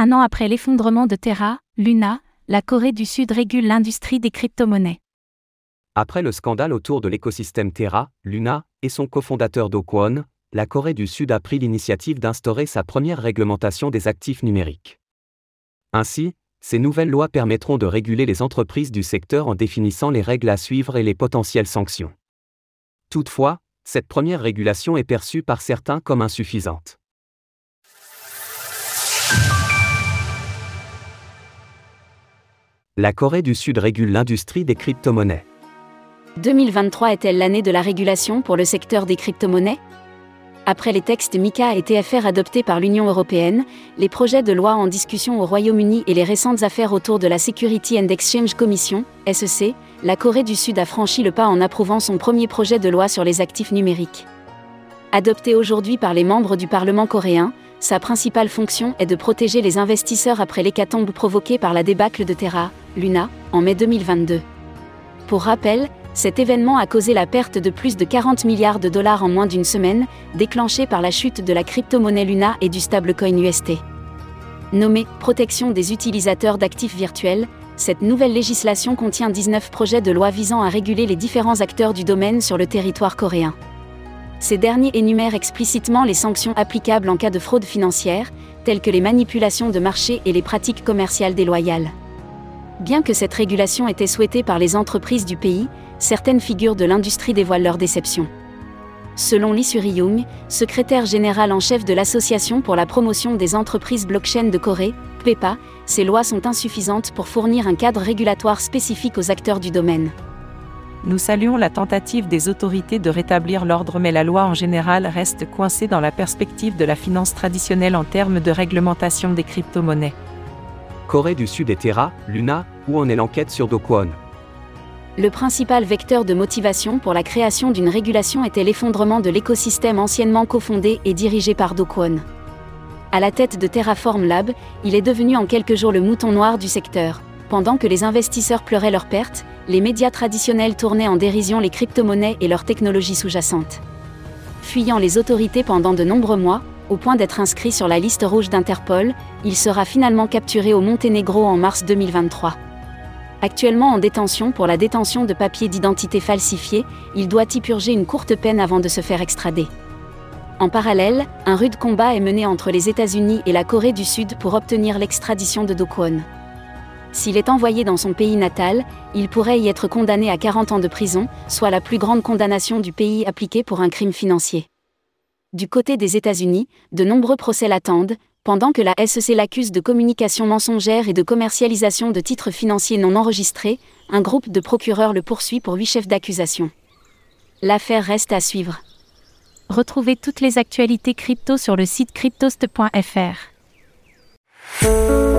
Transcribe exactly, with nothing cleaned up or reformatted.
Un an après l'effondrement de Terra, Luna, la Corée du Sud régule l'industrie des crypto-monnaies. Après le scandale autour de l'écosystème Terra, Luna, et son cofondateur Do Kwon, la Corée du Sud a pris l'initiative d'instaurer sa première réglementation des actifs numériques. Ainsi, ces nouvelles lois permettront de réguler les entreprises du secteur en définissant les règles à suivre et les potentielles sanctions. Toutefois, cette première régulation est perçue par certains comme insuffisante. La Corée du Sud régule l'industrie des crypto-monnaies. deux mille vingt-trois est-elle l'année de la régulation pour le secteur des crypto-monnaies ? Après les textes MiCA et T F R adoptés par l'Union européenne, les projets de loi en discussion au Royaume-Uni et les récentes affaires autour de la Security and Exchange Commission, S E C, la Corée du Sud a franchi le pas en approuvant son premier projet de loi sur les actifs numériques. Adopté aujourd'hui par les membres du Parlement coréen, sa principale fonction est de protéger les investisseurs après l'hécatombe provoquée par la débâcle de Terra, Luna, en mai deux mille vingt-deux. Pour rappel, cet événement a causé la perte de plus de quarante milliards de dollars en moins d'une semaine, déclenchée par la chute de la crypto-monnaie Luna et du stablecoin U S T. Nommée « Protection des utilisateurs d'actifs virtuels », cette nouvelle législation contient dix-neuf projets de loi visant à réguler les différents acteurs du domaine sur le territoire coréen. Ces derniers énumèrent explicitement les sanctions applicables en cas de fraude financière, telles que les manipulations de marché et les pratiques commerciales déloyales. Bien que cette régulation était souhaitée par les entreprises du pays, certaines figures de l'industrie dévoilent leur déception. Selon Lee Suri-young, secrétaire général en chef de l'Association pour la promotion des entreprises blockchain de Corée, P E P A, ces lois sont insuffisantes pour fournir un cadre régulatoire spécifique aux acteurs du domaine. Nous saluons la tentative des autorités de rétablir l'ordre, mais la loi en général reste coincée dans la perspective de la finance traditionnelle en termes de réglementation des crypto-monnaies. Corée du Sud et Terra, Luna, où en est l'enquête sur Do Kwon ? Le principal vecteur de motivation pour la création d'une régulation était l'effondrement de l'écosystème anciennement cofondé et dirigé par Do Kwon. À la tête de Terraform Lab, il est devenu en quelques jours le mouton noir du secteur. Pendant que les investisseurs pleuraient leurs pertes, les médias traditionnels tournaient en dérision les crypto-monnaies et leurs technologies sous-jacentes. Fuyant les autorités pendant de nombreux mois, au point d'être inscrit sur la liste rouge d'Interpol, il sera finalement capturé au Monténégro en mars deux mille vingt-trois. Actuellement en détention pour la détention de papiers d'identité falsifiés, il doit y purger une courte peine avant de se faire extrader. En parallèle, un rude combat est mené entre les États-Unis et la Corée du Sud pour obtenir l'extradition de Do Kwon. S'il est envoyé dans son pays natal, il pourrait y être condamné à quarante ans de prison, soit la plus grande condamnation du pays appliquée pour un crime financier. Du côté des États-Unis, de nombreux procès l'attendent, pendant que la S E C l'accuse de communication mensongère et de commercialisation de titres financiers non enregistrés, un groupe de procureurs le poursuit pour huit chefs d'accusation. L'affaire reste à suivre. Retrouvez toutes les actualités crypto sur le site cryptost point f r.